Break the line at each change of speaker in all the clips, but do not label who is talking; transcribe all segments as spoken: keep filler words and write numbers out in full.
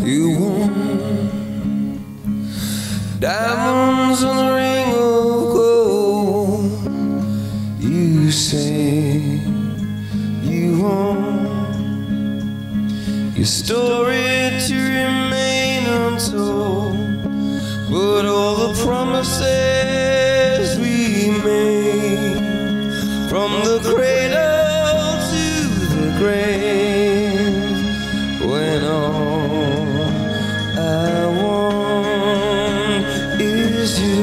you won't. Diamonds on the ring of gold, you say you won't. Your story to remain untold, but all the promises we made, from the cradle to the grave, when all I want is you.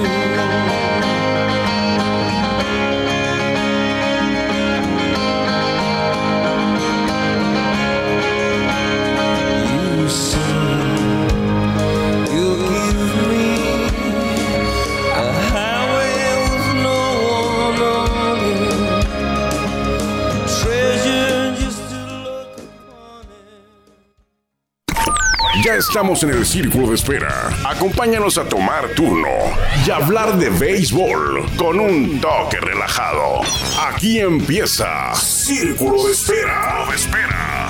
Ya estamos en el círculo de espera. Acompáñanos a tomar turno y hablar de béisbol con un toque relajado. Aquí empieza Círculo de Espera. De espera.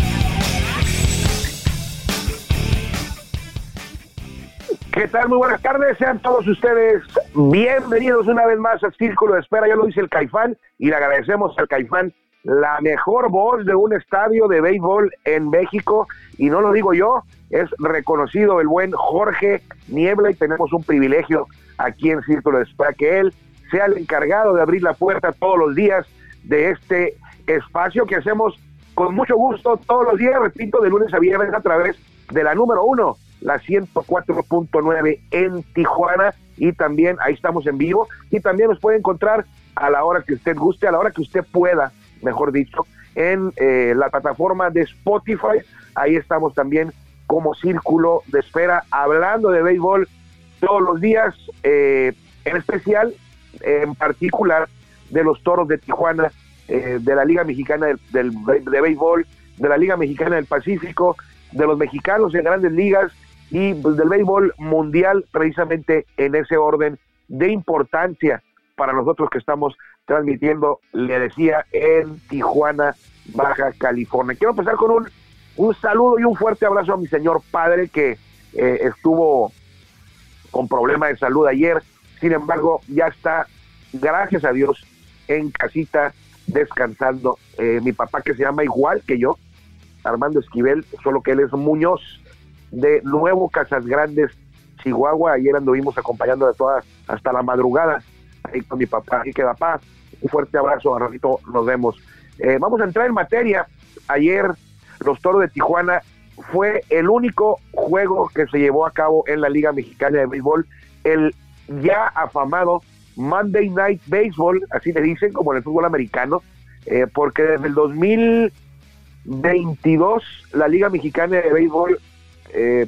¿Qué tal? Muy buenas tardes, sean todos ustedes bienvenidos una vez más a Círculo de Espera. Ya lo dice el Caifán y le agradecemos al Caifán la mejor voz de un estadio de béisbol en México, y no lo digo yo, es reconocido el buen Jorge Niebla, y tenemos un privilegio aquí en Círculo de Espera que él sea el encargado de abrir la puerta todos los días de este espacio que hacemos con mucho gusto todos los días, repito, de lunes a viernes a través de la número uno, la ciento cuatro punto nueve en Tijuana, y también ahí estamos en vivo, y también nos puede encontrar a la hora que usted guste, a la hora que usted pueda, mejor dicho, en eh, la plataforma de Spotify. Ahí estamos también como Círculo de Espera, hablando de béisbol todos los días, eh, en especial, eh, en particular, de los Toros de Tijuana, eh, de la Liga Mexicana del, del, de Béisbol, de la Liga Mexicana del Pacífico, de los mexicanos en grandes ligas y pues, del béisbol mundial, precisamente en ese orden de importancia para nosotros que estamos transmitiendo, le decía, en Tijuana, Baja California. Quiero empezar con un, un saludo y un fuerte abrazo a mi señor padre, que eh, estuvo con problema de salud ayer, sin embargo, ya está, gracias a Dios, en casita, descansando. Eh, mi papá, que se llama igual que yo, Armando Esquivel, solo que él es Muñoz, de Nuevo Casas Grandes, Chihuahua. Ayer anduvimos acompañando de todas hasta la madrugada, ahí con mi papá. Así que, papá, un fuerte abrazo, a ratito nos vemos. Eh, vamos a entrar en materia. Ayer los Toros de Tijuana fue el único juego que se llevó a cabo en la Liga Mexicana de Béisbol, el ya afamado Monday Night Baseball, así le dicen, como en el fútbol americano, eh, porque desde el dos mil veintidós la Liga Mexicana de Béisbol eh,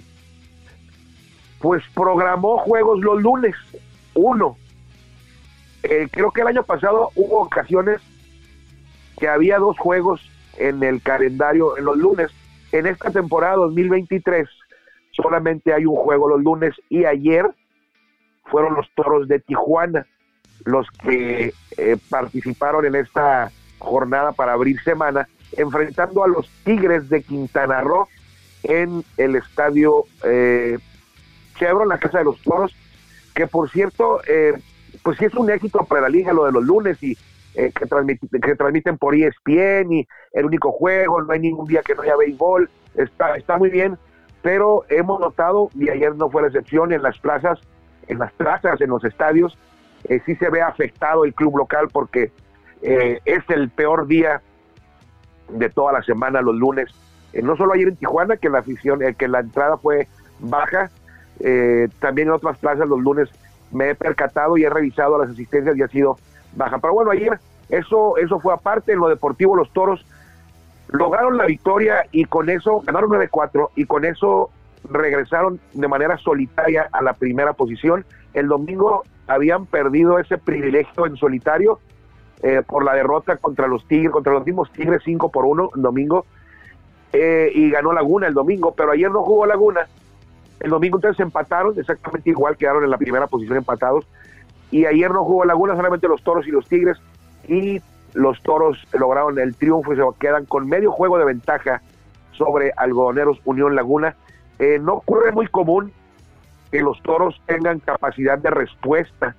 pues programó juegos los lunes, uno. Eh, creo que el año pasado hubo ocasiones que había dos juegos en el calendario en los lunes. En esta temporada dos mil veintitrés solamente hay un juego los lunes, y ayer fueron los Toros de Tijuana los que eh, participaron en esta jornada para abrir semana, enfrentando a los Tigres de Quintana Roo en el estadio eh, Chevron, la casa de los Toros, que por cierto, eh, pues sí es un éxito para la liga lo de los lunes, y eh, que, transmiten, que transmiten por E S P N, y el único juego, no hay ningún día que no haya béisbol, está, está muy bien, pero hemos notado, y ayer no fue la excepción, en las plazas, en las plazas, en los estadios, eh, sí se ve afectado el club local, porque eh, es el peor día de toda la semana, los lunes. Eh, no solo ayer en Tijuana, que la afición, eh, que la entrada fue baja, eh, también en otras plazas los lunes me he percatado y he revisado las asistencias y ha sido baja. Pero bueno, ayer eso, eso fue aparte. En lo deportivo, los Toros lograron la victoria y con eso ganaron nueve cuatro, y con eso regresaron de manera solitaria a la primera posición. El domingo habían perdido ese privilegio en solitario eh, por la derrota contra los Tigres, contra los mismos Tigres, cinco por uno el domingo, eh, y ganó Laguna el domingo, pero ayer no jugó Laguna. El domingo entonces empataron, exactamente igual, quedaron en la primera posición empatados, y ayer no jugó Laguna, solamente los Toros y los Tigres, y los Toros lograron el triunfo y se quedan con medio juego de ventaja sobre Algodoneros Unión Laguna. Eh, no ocurre muy común que los toros tengan capacidad de respuesta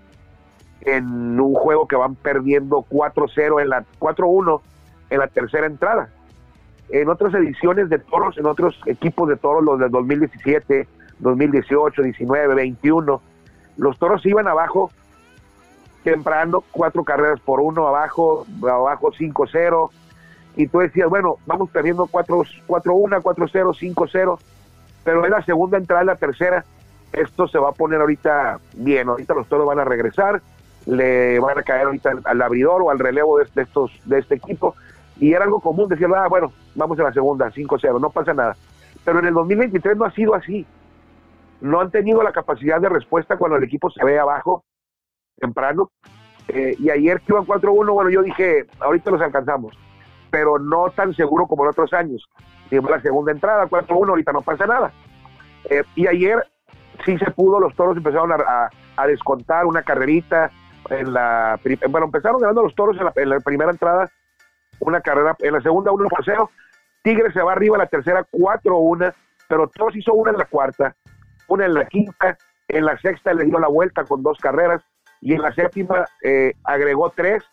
en un juego que van perdiendo cuatro cero en la cuatro uno en la tercera entrada. En otras ediciones de toros, en otros equipos de toros, los del dos mil diecisiete, dos mil dieciocho, diecinueve, veintiuno, los toros iban abajo temprano, cuatro carreras por uno, abajo, abajo cinco cero, y tú decías, bueno, vamos perdiendo cuatro uno, cuatro cero, cinco cero, pero en la segunda entrada, en la tercera, esto se va a poner ahorita bien, ahorita los toros van a regresar, le van a caer ahorita al, al abridor o al relevo de, de, estos, de este equipo, y era algo común decir, ah, bueno, vamos a la segunda, cinco cero, no pasa nada. Pero en el dos mil veintitrés no ha sido así. No han tenido la capacidad de respuesta cuando el equipo se ve abajo temprano. Eh, y ayer que iban cuatro uno, bueno, yo dije, ahorita los alcanzamos, pero no tan seguro como en otros años. Dimos la segunda entrada, cuatro uno, ahorita no pasa nada. Eh, y ayer sí se pudo, los toros empezaron a, a, a descontar una carrerita. En la, bueno, empezaron ganando los toros en la, en la primera entrada, una carrera, en la segunda uno por cero, Tigres se va arriba en la tercera cuatro uno, pero Toros hizo una en la cuarta, una en la quinta, en la sexta le dio la vuelta con dos carreras, y en la séptima eh, agregó tres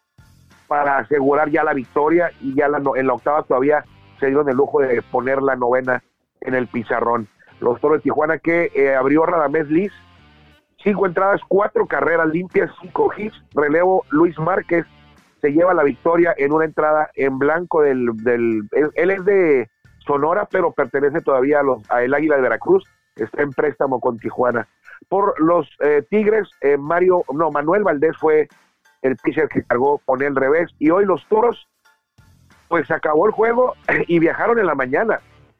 para asegurar ya la victoria, y ya la, en la octava todavía se dieron el lujo de poner la novena en el pizarrón. Los Toros de Tijuana que eh, abrió Radamés Liz, cinco entradas, cuatro carreras limpias, cinco hits, relevo Luis Márquez, se lleva la victoria en una entrada en blanco del, del él, él es de Sonora, pero pertenece todavía a los a el Águila de Veracruz, está en préstamo con Tijuana. Por los eh, Tigres, eh, Mario, no, Manuel Valdés fue el pitcher que cargó con el revés, y hoy los Toros, pues acabó el juego y viajaron en la mañana,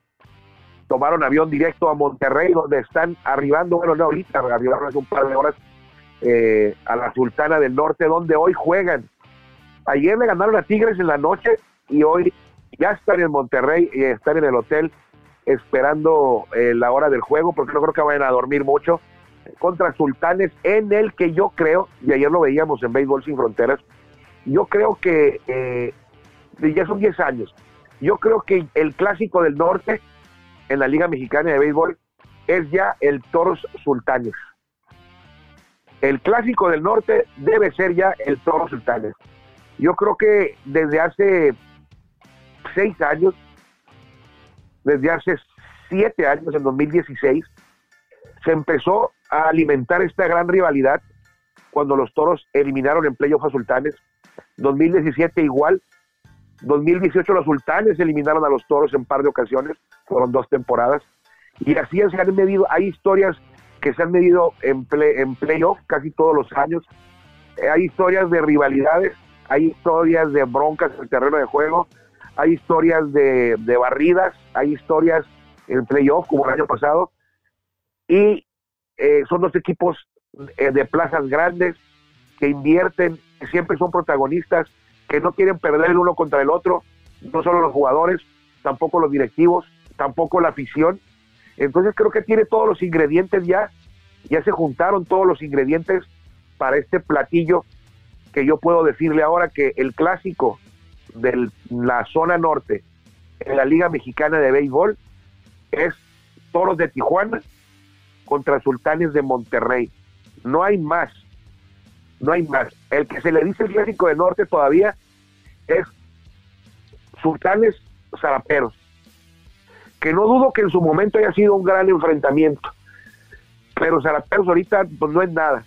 tomaron avión directo a Monterrey, donde están arribando, bueno, no ahorita, arribaron hace un par de horas eh, a la Sultana del Norte, donde hoy juegan. Ayer le ganaron a Tigres en la noche y hoy ya están en Monterrey y están en el hotel esperando eh, la hora del juego, porque no creo que vayan a dormir mucho, contra Sultanes, en el que yo creo, y ayer lo veíamos en Béisbol Sin Fronteras, yo creo que eh, ya son diez años, yo creo que el clásico del norte en la Liga Mexicana de Béisbol es ya el Toros Sultanes. El clásico del norte debe ser ya el Toros Sultanes. Yo creo que desde hace seis años, desde hace siete años, en dos mil dieciséis, se empezó a alimentar esta gran rivalidad cuando los Toros eliminaron en playoff a Sultanes. dos mil diecisiete igual, dos mil dieciocho los Sultanes eliminaron a los Toros en par de ocasiones, fueron dos temporadas, y así se han medido, hay historias que se han medido en, play, en playoff casi todos los años, eh, hay historias de rivalidades, hay historias de broncas en el terreno de juego, hay historias de, de barridas, hay historias en playoff como el año pasado, y eh, son dos equipos eh, de plazas grandes que invierten, que siempre son protagonistas, que no quieren perder el uno contra el otro, no solo los jugadores, tampoco los directivos, tampoco la afición. Entonces creo que tiene todos los ingredientes ya, ya se juntaron todos los ingredientes para este platillo que yo puedo decirle ahora que el clásico de la zona norte en la Liga Mexicana de Béisbol es Toros de Tijuana contra Sultanes de Monterrey. No hay más, no hay más. El que se le dice el clásico del norte todavía es Sultanes Zaraperos, que no dudo que en su momento haya sido un gran enfrentamiento, pero Zaraperos ahorita pues no es nada.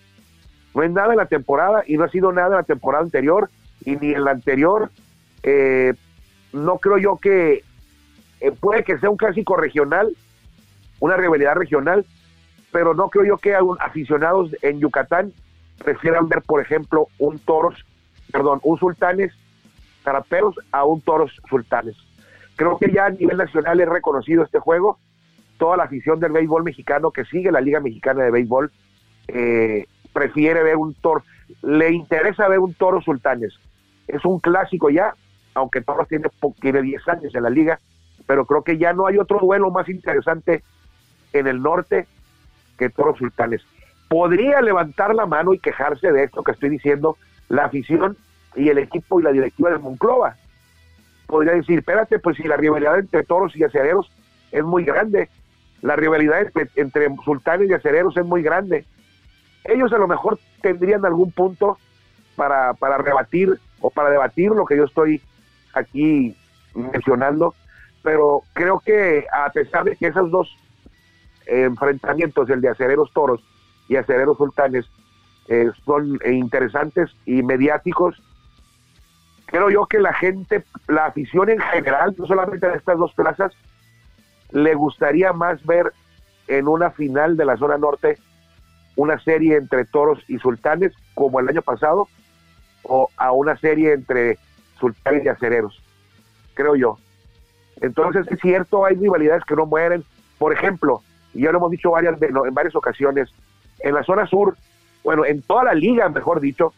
No es nada en la temporada y no ha sido nada en la temporada anterior y ni en la anterior. Eh, no creo yo que eh, puede que sea un clásico regional, una rivalidad regional, pero no creo yo que aficionados en Yucatán prefieran ver, por ejemplo, un Toros, perdón, un Sultanes Zaraperos a un Toros Sultanes. Creo que ya a nivel nacional es reconocido este juego. Toda la afición del béisbol mexicano que sigue la Liga Mexicana de Béisbol eh, prefiere ver un Toro, le interesa ver un Toros Sultanes. Es un clásico ya, aunque Toros tiene, tiene diez años en la liga, pero creo que ya no hay otro duelo más interesante en el norte que Toros Sultanes. Podría levantar la mano y quejarse de esto que estoy diciendo la afición y el equipo y la directiva de Monclova. Podría decir, espérate, pues si la rivalidad entre Toros y Acereros es muy grande, la rivalidad entre, entre Sultanes y Acereros es muy grande. Ellos a lo mejor tendrían algún punto para, para rebatir o para debatir lo que yo estoy aquí mencionando, pero creo que a pesar de que esos dos eh, enfrentamientos, el de Acereros Toros y Acereros Sultanes, eh, son eh, interesantes y mediáticos, creo yo que la gente, la afición en general, no solamente de estas dos plazas, le gustaría más ver en una final de la zona norte una serie entre Toros y Sultanes como el año pasado, o a una serie entre Sultanes y Acereros, creo yo. Entonces es cierto, hay rivalidades que no mueren. Por ejemplo, y ya lo hemos dicho varias, en varias ocasiones, en la zona sur, bueno, en toda la liga, mejor dicho,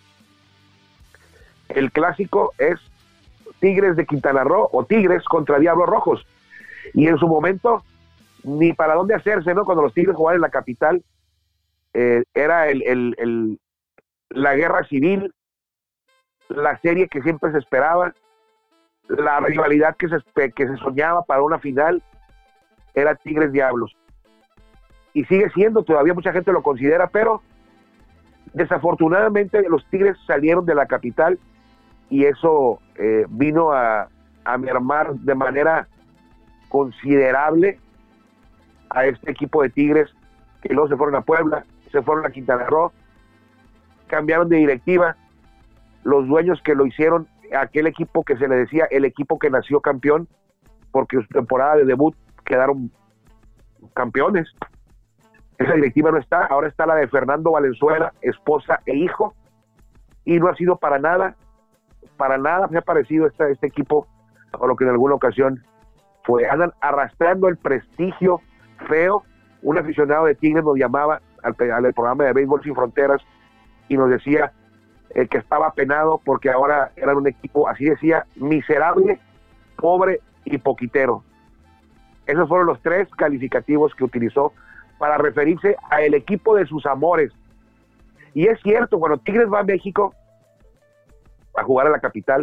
el clásico es Tigres de Quintana Roo o Tigres contra Diablos Rojos. Y en su momento, ni para dónde hacerse, ¿no? Cuando los Tigres jugaban en la capital, eh, era el, el, el, la guerra civil, la serie que siempre se esperaba, la rivalidad que se, que se soñaba para una final, era Tigres Diablos. Y sigue siendo, todavía mucha gente lo considera, pero desafortunadamente los Tigres salieron de la capital y eso eh, vino a, a mermar de manera considerable a este equipo de Tigres, que luego se fueron a Puebla, se fueron a Quintana Roo, cambiaron de directiva, los dueños que lo hicieron, aquel equipo que se le decía el equipo que nació campeón, porque su temporada de debut quedaron campeones. Esa directiva no está, ahora está la de Fernando Valenzuela, esposa e hijo, y no ha sido para nada, para nada me ha parecido este, este equipo, o lo que en alguna ocasión fue. Andan arrastrando el prestigio feo. Un aficionado de Tigres nos llamaba al, al programa de Béisbol Sin Fronteras y nos decía eh, que estaba apenado porque ahora eran un equipo, así decía, miserable, pobre y poquitero. Esos fueron los tres calificativos que utilizó para referirse a el equipo de sus amores. Y es cierto, cuando Tigres va a México a jugar a la capital,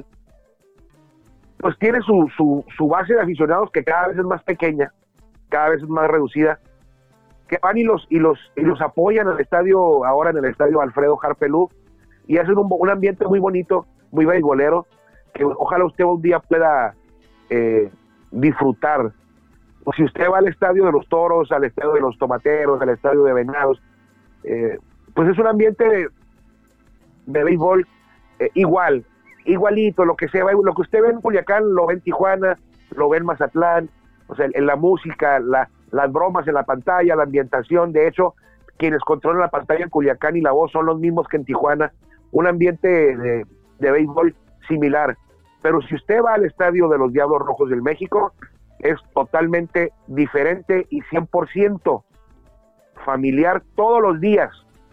pues tiene su, su, su base de aficionados que cada vez es más pequeña, cada vez es más reducida, que van y los y los y los apoyan al estadio, ahora en el estadio Alfredo Harpelú, y hacen un, un ambiente muy bonito, muy beisbolero, que ojalá usted un día pueda eh, disfrutar. O si usted va al estadio de los Toros, al estadio de los Tomateros, al estadio de Venados, eh, pues es un ambiente de, de béisbol eh, igual, igualito, lo que sea, lo que usted ve en Culiacán, lo ve en Tijuana, lo ve en Mazatlán, o sea, en la música, la, las bromas en la pantalla, la ambientación. De hecho, quienes controlan la pantalla en Culiacán y la voz son los mismos que en Tijuana, un ambiente de, de béisbol similar. Pero si usted va al estadio de los Diablos Rojos del México, es totalmente diferente y cien por ciento familiar todos los días.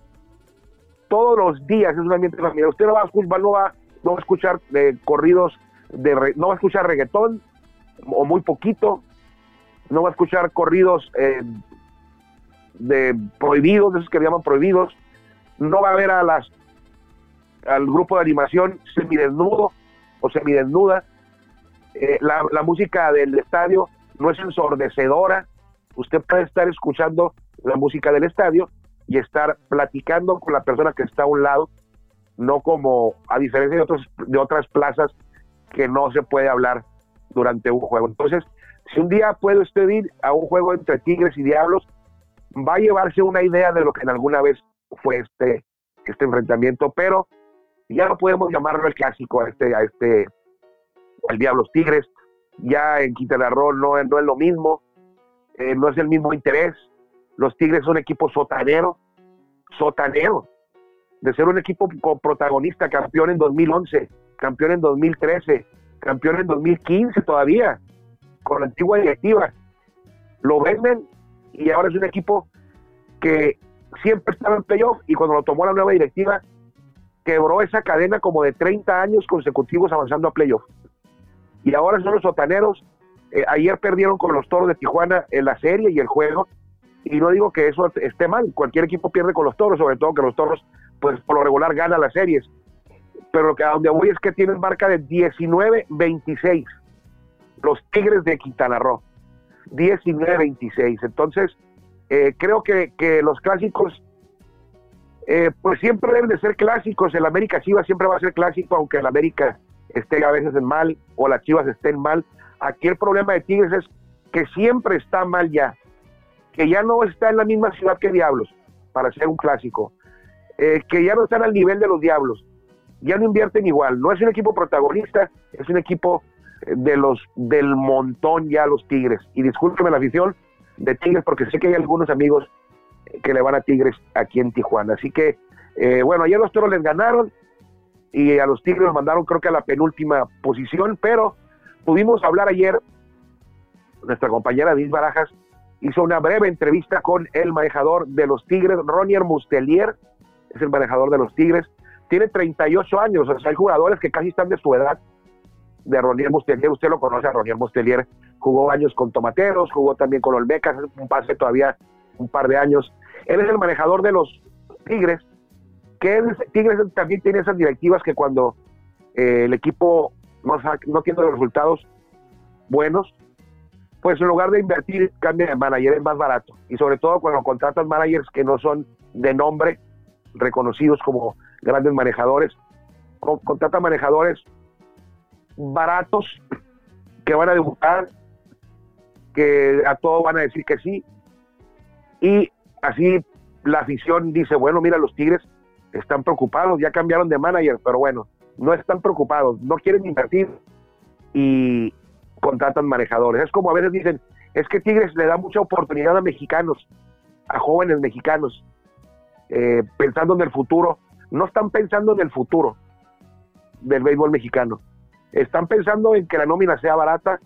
Todos los días es un ambiente familiar. Usted no va a escuchar, no va, no va a escuchar eh, corridos, de re, no va a escuchar reggaetón, o muy poquito, no va a escuchar corridos eh, de prohibidos, de esos que llaman prohibidos, no va a ver a las al grupo de animación semidesnudo o semidesnuda. Eh, la, la música del estadio no es ensordecedora. Usted puede estar escuchando la música del estadio y estar platicando con la persona que está a un lado, no como a diferencia de otros de otras plazas que no se puede hablar durante un juego. Entonces, si un día puede usted ir a un juego entre Tigres y Diablos, va a llevarse una idea de lo que en alguna vez fue este este enfrentamiento, pero ya no podemos llamarlo el clásico a este a este al Diablos Tigres. Ya en Quintana Roo no, no es lo mismo, eh, no es el mismo interés. Los Tigres son un equipo sotanero, sotanero, de ser un equipo con protagonista, campeón en dos mil once, campeón en dos mil trece, campeón en dos mil quince todavía, con la antigua directiva. Lo venden y ahora es un equipo que siempre estaba en playoff, y cuando lo tomó la nueva directiva, quebró esa cadena como de treinta años consecutivos avanzando a playoff. Y ahora son los sotaneros. Eh, ayer perdieron con los Toros de Tijuana en la serie y el juego, y no digo que eso esté mal, cualquier equipo pierde con los Toros, sobre todo que los Toros, pues por lo regular ganan las series, pero lo que a donde voy es que tienen marca de diecinueve veintiséis los Tigres de Quintana Roo. diecinueve veintiséis. Entonces, eh, creo que, que los clásicos, eh, pues siempre deben de ser clásicos. El América Chivas siempre va a ser clásico, aunque el América esté a veces en mal, o las Chivas estén mal. Aquí el problema de Tigres es que siempre está mal ya, que ya no está en la misma ciudad que Diablos, para ser un clásico, eh, que ya no están al nivel de los Diablos, ya no invierten igual, no es un equipo protagonista, es un equipo de los del montón ya los Tigres, y discúlpeme la afición de Tigres, porque sé que hay algunos amigos que le van a Tigres aquí en Tijuana, así que, eh, bueno, ayer los Toros les ganaron, y a los Tigres los mandaron creo que a la penúltima posición, pero pudimos hablar ayer, nuestra compañera Liz Barajas hizo una breve entrevista con el manejador de los Tigres, Ronier Mustellier, es el manejador de los Tigres, tiene treinta y ocho años, o sea, hay jugadores que casi están de su edad, de Ronier Mustellier, usted lo conoce a Ronier Mustellier, jugó años con Tomateros, jugó también con Olmecas, un pase todavía un par de años, él es el manejador de los Tigres, que es, Tigres también tiene esas directivas que cuando eh, el equipo no, no tiene los resultados buenos, pues en lugar de invertir, cambia de manager, es más barato. Y sobre todo cuando contratan managers que no son de nombre, reconocidos como grandes manejadores, con, contratan manejadores baratos, que van a debutar, que a todo van a decir que sí, y así la afición dice, bueno, mira, los Tigres están preocupados, ya cambiaron de manager, pero bueno, no están preocupados, no quieren invertir, y contratan manejadores. Es como a veces dicen, es que Tigres le da mucha oportunidad a mexicanos, a jóvenes mexicanos, eh, pensando en el futuro. No están pensando en el futuro del béisbol mexicano, están pensando en que la nómina sea barata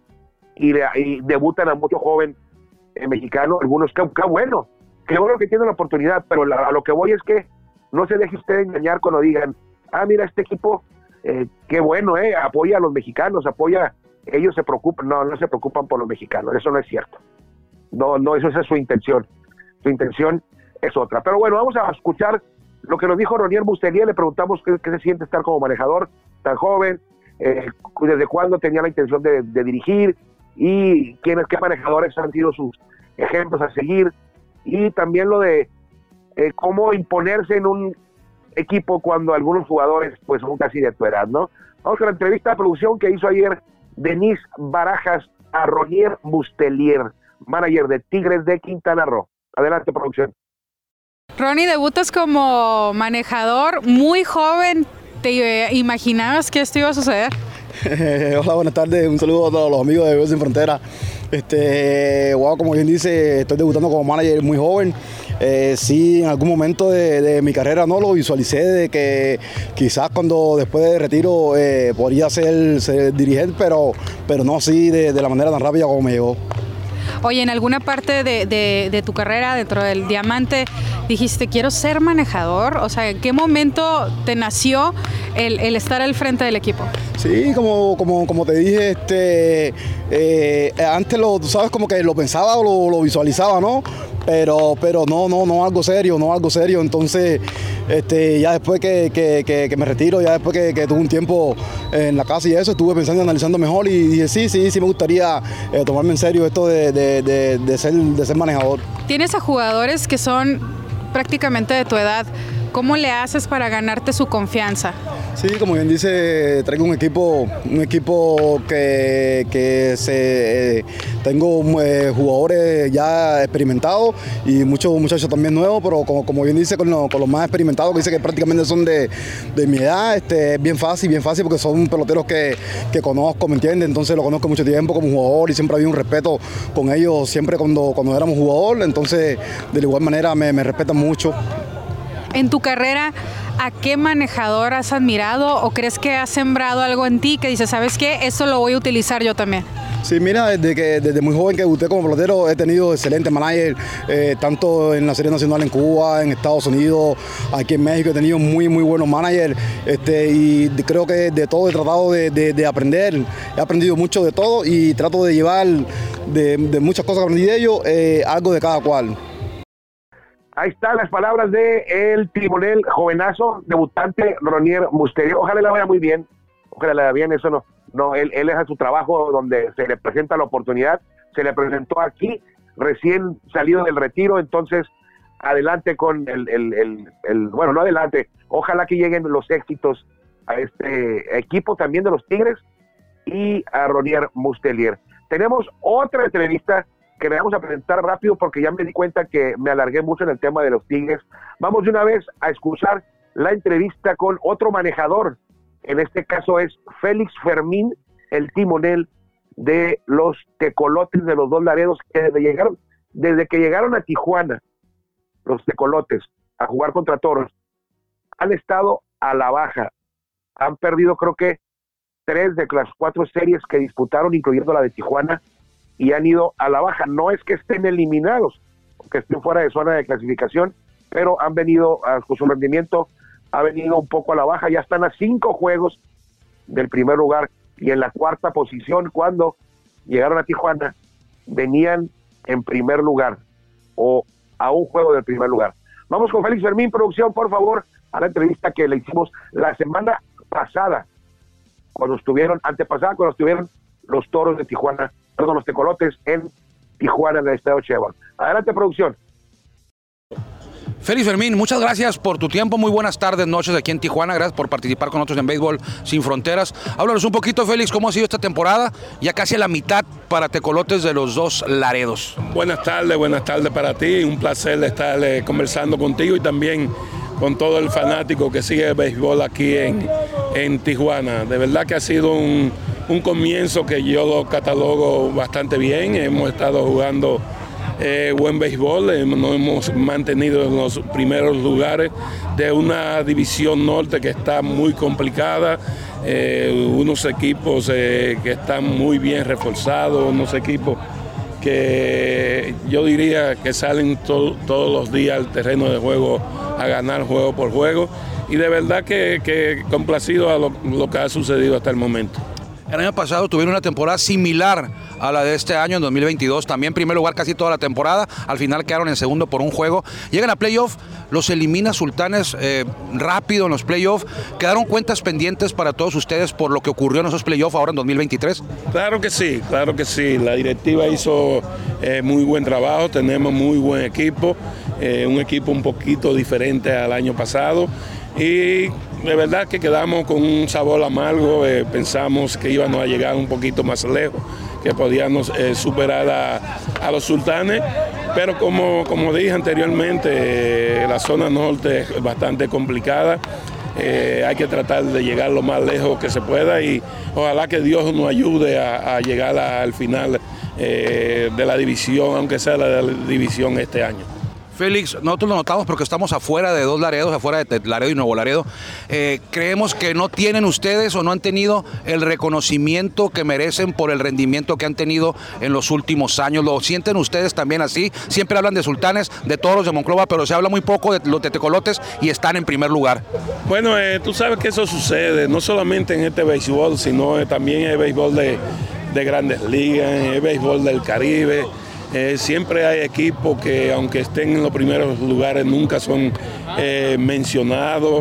y, de, y debutan a mucho joven eh, mexicano, algunos, qué, qué bueno, qué bueno que tienen la oportunidad, pero la, a lo que voy es que no se deje usted engañar cuando digan, ah, mira, este equipo, eh, qué bueno, eh, apoya a los mexicanos, apoya, ellos se preocupan, no, no se preocupan por los mexicanos, eso no es cierto, no, no, eso es su intención, su intención es otra, pero bueno, vamos a escuchar lo que nos dijo Ronier Mustellier, le preguntamos qué, qué se siente estar como manejador tan joven, eh, desde cuándo tenía la intención de, de dirigir, y quiénes, qué manejadores han sido sus ejemplos a seguir, y también lo de eh, cómo imponerse en un equipo cuando algunos jugadores pues son casi de tu edad, ¿no? Vamos con la entrevista de producción que hizo ayer Denise Barajas a Ronier Mustellier, manager de Tigres de Quintana Roo. Adelante, producción.
Ronnie, debutas como manejador muy joven. ¿Te imaginabas que esto iba a suceder?
Hola, buenas tardes. Un saludo a todos los amigos de Béisbol Sin Frontera. Este, wow, como bien dice, estoy debutando como manager muy joven. Eh, sí, en algún momento de, de mi carrera no lo visualicé de que quizás cuando después de retiro eh, podría ser, ser dirigente, pero, pero no así de, de la manera tan rápida como me llegó.
Oye, en alguna parte de, de, de tu carrera dentro del Diamante dijiste, quiero ser manejador, o sea, ¿en qué momento te nació el, el estar al frente del equipo?
Sí, como, como, como te dije, este, eh, antes lo, tú sabes, como que lo pensaba o lo, lo visualizaba, ¿no? Pero, pero no, no, no algo serio, no algo serio. Entonces, este, ya después que, que, que, que me retiro, ya después que, que tuve un tiempo en la casa y eso, estuve pensando y analizando mejor y dije, sí, sí, sí me gustaría eh, tomarme en serio esto de, de, de, de, ser, de ser manejador.
Tienes a jugadores que son prácticamente de tu edad. ¿Cómo le haces para ganarte su confianza?
Sí, como bien dice, traigo un equipo, un equipo que, que se, eh, tengo eh, jugadores ya experimentados y muchos muchachos también nuevos, pero como, como bien dice, con, lo, con los más experimentados, que dice que prácticamente son de, de mi edad, este, es bien fácil, bien fácil, porque son peloteros que, que conozco, ¿me entiendes? Entonces lo conozco mucho tiempo como jugador y siempre había un respeto con ellos, siempre cuando, cuando éramos jugador, entonces de igual manera me, me respetan mucho.
En tu carrera, ¿a qué manejador has admirado o crees que has sembrado algo en ti que dices, ¿sabes qué? Esto lo voy a utilizar yo también.
Sí, mira, desde que desde muy joven que debuté como pelotero he tenido excelentes managers, eh, tanto en la Serie Nacional en Cuba, en Estados Unidos, aquí en México he tenido muy, muy buenos managers, este, y creo que de todo he tratado de, de, de aprender, he aprendido mucho de todo y trato de llevar de, de muchas cosas que aprendí de ellos, eh, algo de cada cual.
Ahí están las palabras de el timonel jovenazo, debutante Ronier Mustellier. Ojalá le vaya muy bien, ojalá le vaya bien, eso no, no, él, él es a su trabajo donde se le presenta la oportunidad, se le presentó aquí, recién salido del retiro, entonces adelante con el, el, el, el, bueno, no adelante, ojalá que lleguen los éxitos a este equipo también de los Tigres y a Ronier Mustellier. Tenemos otra entrevista que le vamos a presentar rápido porque ya me di cuenta que me alargué mucho en el tema de los Tigres. Vamos de una vez a escuchar la entrevista con otro manejador, en este caso es Félix Fermín, el timonel de los Tecolotes de los Dos Laredos, que desde, llegaron, desde que llegaron a Tijuana, los Tecolotes, a jugar contra Toros, han estado a la baja, han perdido creo que tres de las cuatro series que disputaron, incluyendo la de Tijuana, y han ido a la baja. No es que estén eliminados, que estén fuera de zona de clasificación, pero han venido, a, con su rendimiento, ha venido un poco a la baja, ya están a cinco juegos del primer lugar, y en la cuarta posición, cuando llegaron a Tijuana, venían en primer lugar, o a un juego del primer lugar. Vamos con Félix Fermín, producción, por favor, a la entrevista que le hicimos la semana pasada, cuando estuvieron, antepasada, cuando estuvieron los Toros de Tijuana, perdón, los Tecolotes en Tijuana, en el Estadio Chevron. Adelante, producción.
Félix Fermín, muchas gracias por tu tiempo, muy buenas tardes, noches aquí en Tijuana, gracias por participar con nosotros en Béisbol Sin Fronteras. Háblanos un poquito, Félix, cómo ha sido esta temporada, ya casi a la mitad para Tecolotes de los Dos Laredos.
Buenas tardes, buenas tardes para ti, un placer estar eh, conversando contigo y también con todo el fanático que sigue el béisbol aquí en, en Tijuana. De verdad que ha sido un, un comienzo que yo lo catalogo bastante bien, hemos estado jugando Eh, buen béisbol, eh, nos hemos mantenido en los primeros lugares de una división norte que está muy complicada, eh, unos equipos eh, que están muy bien reforzados, unos equipos que yo diría que salen to- todos los días al terreno de juego a ganar juego por juego, y de verdad que, que complacido a lo, lo que ha sucedido hasta el momento.
El año pasado tuvieron una temporada similar a la de este año, en dos mil veintidós. También primer lugar casi toda la temporada. Al final quedaron en segundo por un juego. Llegan a playoff, los elimina Sultanes eh, rápido en los playoffs. ¿Quedaron cuentas pendientes para todos ustedes por lo que ocurrió en esos playoffs ahora en dos mil veintitrés?
Claro que sí, claro que sí. La directiva hizo eh, muy buen trabajo. Tenemos muy buen equipo. Eh, un equipo un poquito diferente al año pasado. Y de verdad que quedamos con un sabor amargo, eh, pensamos que íbamos a llegar un poquito más lejos, que podíamos eh, superar a, a los Sultanes, pero como, como dije anteriormente, eh, la zona norte es bastante complicada, eh, hay que tratar de llegar lo más lejos que se pueda y ojalá que Dios nos ayude a, a llegar a, al final eh, de la división, aunque sea la, la división este año.
Félix, nosotros lo notamos porque estamos afuera de Dos Laredos, afuera de Laredo y Nuevo Laredo. Eh, creemos que no tienen ustedes o no han tenido el reconocimiento que merecen por el rendimiento que han tenido en los últimos años. ¿Lo sienten ustedes también así? Siempre hablan de Sultanes, de Toros, de Monclova, pero se habla muy poco de los de Tecolotes y están en primer lugar.
Bueno, eh, tú sabes que eso sucede, no solamente en este béisbol, sino eh, también en el béisbol de, de Grandes Ligas, en el béisbol del Caribe. Eh, siempre hay equipos que aunque estén en los primeros lugares nunca son eh, mencionados,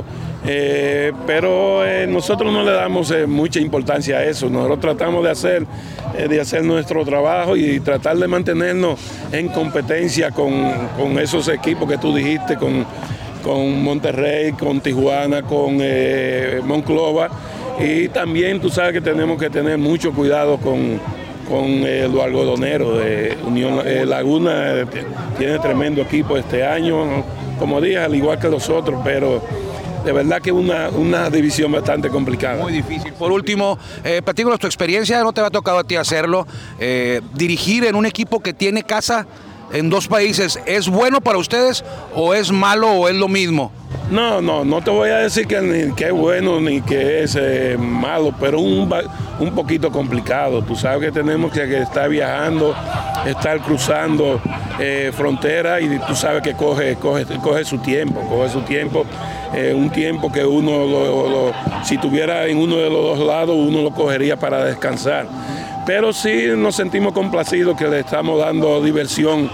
eh, pero eh, nosotros no le damos eh, mucha importancia a eso. Nosotros tratamos de hacer, eh, de hacer nuestro trabajo y tratar de mantenernos en competencia con, con esos equipos que tú dijiste, con, con Monterrey, con Tijuana, con eh, Monclova, y también tú sabes que tenemos que tener mucho cuidado con con eh, los algodoneros de Unión eh, Laguna. Eh, tiene tremendo equipo este año, como dije, al igual que los otros, pero de verdad que es una, una división bastante complicada.
Muy difícil. Por último, eh, platícanos tu experiencia, no te ha tocado a ti hacerlo, eh, dirigir en un equipo que tiene casa en dos países, ¿es bueno para ustedes o es malo o es lo mismo?
No, no, no te voy a decir que, ni, que es bueno ni que es eh, malo, pero un, un poquito complicado. Tú sabes que tenemos que, que estar viajando, estar cruzando eh, fronteras y tú sabes que coge, coge, coge su tiempo, coge su tiempo, eh, un tiempo que uno, lo, lo, si tuviera en uno de los dos lados, uno lo cogería para descansar. Pero sí nos sentimos complacidos que le estamos dando diversión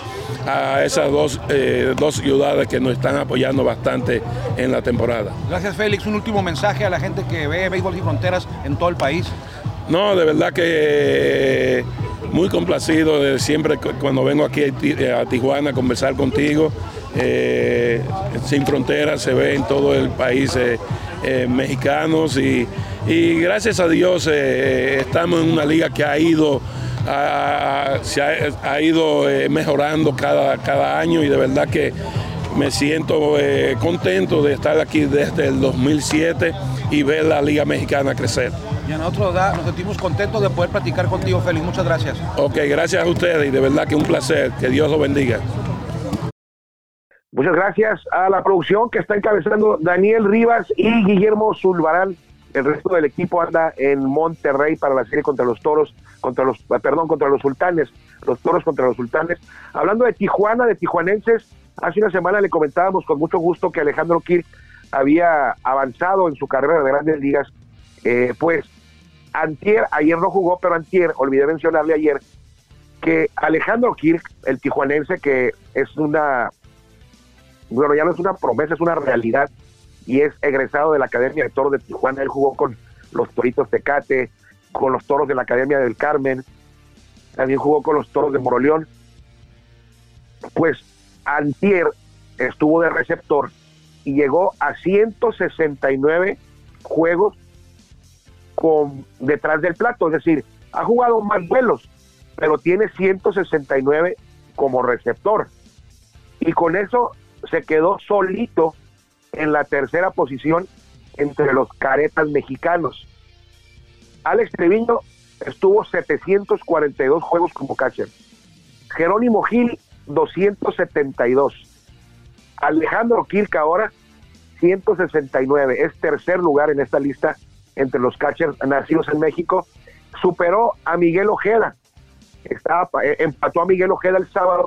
a esas dos, eh, dos ciudades que nos están apoyando bastante en la temporada.
Gracias, Félix. Un último mensaje a la gente que ve Béisbol Sin Fronteras en todo el país.
No, de verdad que muy complacido de siempre cuando vengo aquí a Tijuana a conversar contigo. Eh, Sin Fronteras se ve en todo el país eh, eh, mexicanos y, y gracias a Dios eh, estamos en una liga que ha ido a, a, se ha, ha ido eh, mejorando cada, cada año y de verdad que me siento eh, contento de estar aquí desde el dos mil siete y ver la Liga Mexicana crecer.
Y a nosotros da, nos sentimos contentos de poder platicar contigo, Félix. Muchas gracias.
Ok, gracias a ustedes y de verdad que un placer. Que Dios los bendiga.
Muchas gracias a la producción que está encabezando Daniel Rivas y Guillermo Zulbarán. El resto del equipo anda en Monterrey para la serie contra los Toros, contra los, perdón, contra los Sultanes, los Toros contra los Sultanes. Hablando de Tijuana, de tijuanenses, hace una semana le comentábamos con mucho gusto que Alejandro Kirk había avanzado en su carrera de Grandes Ligas. Eh, pues antier, ayer no jugó, pero antier, olvidé mencionarle ayer, que Alejandro Kirk, el tijuanense, que es una, bueno, ya no es una promesa, es una realidad, y es egresado de la Academia de Toros de Tijuana. Él jugó con los Toritos Tecate, con los Toros de la Academia del Carmen, también jugó con los Toros de Moroleón. Pues antier estuvo de receptor y llegó a ciento sesenta y nueve juegos con, detrás del plato, es decir, ha jugado más vuelos, pero tiene ciento sesenta y nueve como receptor, y con eso se quedó solito en la tercera posición entre los caretas mexicanos. Alex Treviño estuvo setecientos cuarenta y dos juegos como catcher, Jerónimo Gil doscientos setenta y dos, Alejandro Kirk ahora ciento sesenta y nueve, es tercer lugar en esta lista entre los catchers nacidos en México. Superó a Miguel Ojeda, estaba, empató a Miguel Ojeda el sábado,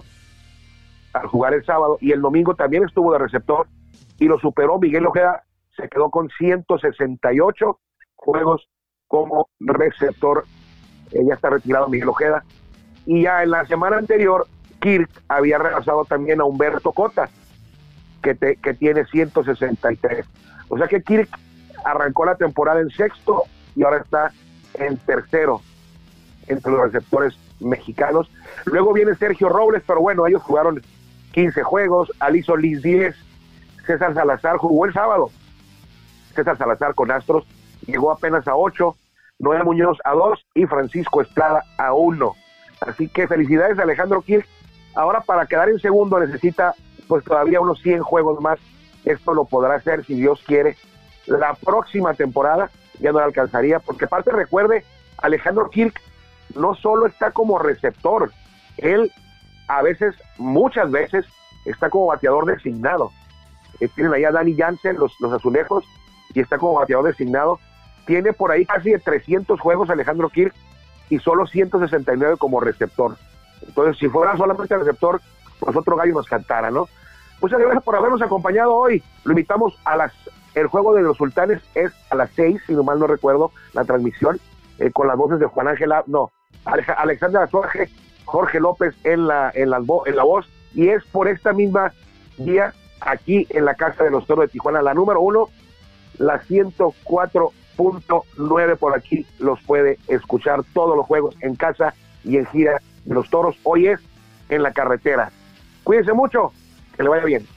al jugar el sábado, y el domingo también estuvo de receptor, y lo superó. Miguel Ojeda se quedó con ciento sesenta y ocho juegos como receptor, eh, ya está retirado Miguel Ojeda, y ya en la semana anterior, Kirk había rebasado también a Humberto Cota, que, te, que tiene ciento sesenta y tres, o sea que Kirk arrancó la temporada en sexto y ahora está en tercero entre los receptores mexicanos. Luego viene Sergio Robles, pero bueno, ellos jugaron quince juegos, Aliso Liz diez, César Salazar jugó el sábado, César Salazar con Astros llegó apenas a ocho, Noel Muñoz a dos y Francisco Estrada a uno. Así que felicidades a Alejandro Kirk. Ahora para quedar en segundo necesita pues todavía unos cien juegos más. Esto lo podrá hacer si Dios quiere la próxima temporada, ya no le alcanzaría, porque aparte recuerde, Alejandro Kirk no solo está como receptor, él a veces, muchas veces, está como bateador designado. Eh, tienen ahí a Danny Jansen, los, los azulejos, y está como bateador designado. Tiene por ahí casi de trescientos juegos Alejandro Kirk y solo ciento sesenta y nueve como receptor. Entonces, si fuera solamente receptor, pues otro gallo nos cantara, ¿no? Muchas gracias por habernos acompañado hoy. Lo invitamos a las... El juego de los Sultanes es a las seis, si no mal no recuerdo, la transmisión, eh, con las voces de Juan Ángel, no, Alexander Azuaje, Jorge López en la, en, la, en la voz, y es por esta misma día aquí en la Casa de los Toros de Tijuana, la número uno, la ciento cuatro punto nueve, por aquí los puede escuchar todos los juegos en casa y en gira de los Toros. Hoy es en la carretera. Cuídense mucho, que le vaya bien.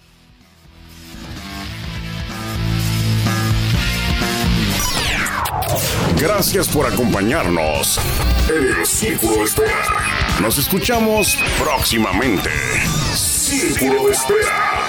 Gracias por acompañarnos en el Círculo de Espera. Nos escuchamos próximamente. Círculo de Espera.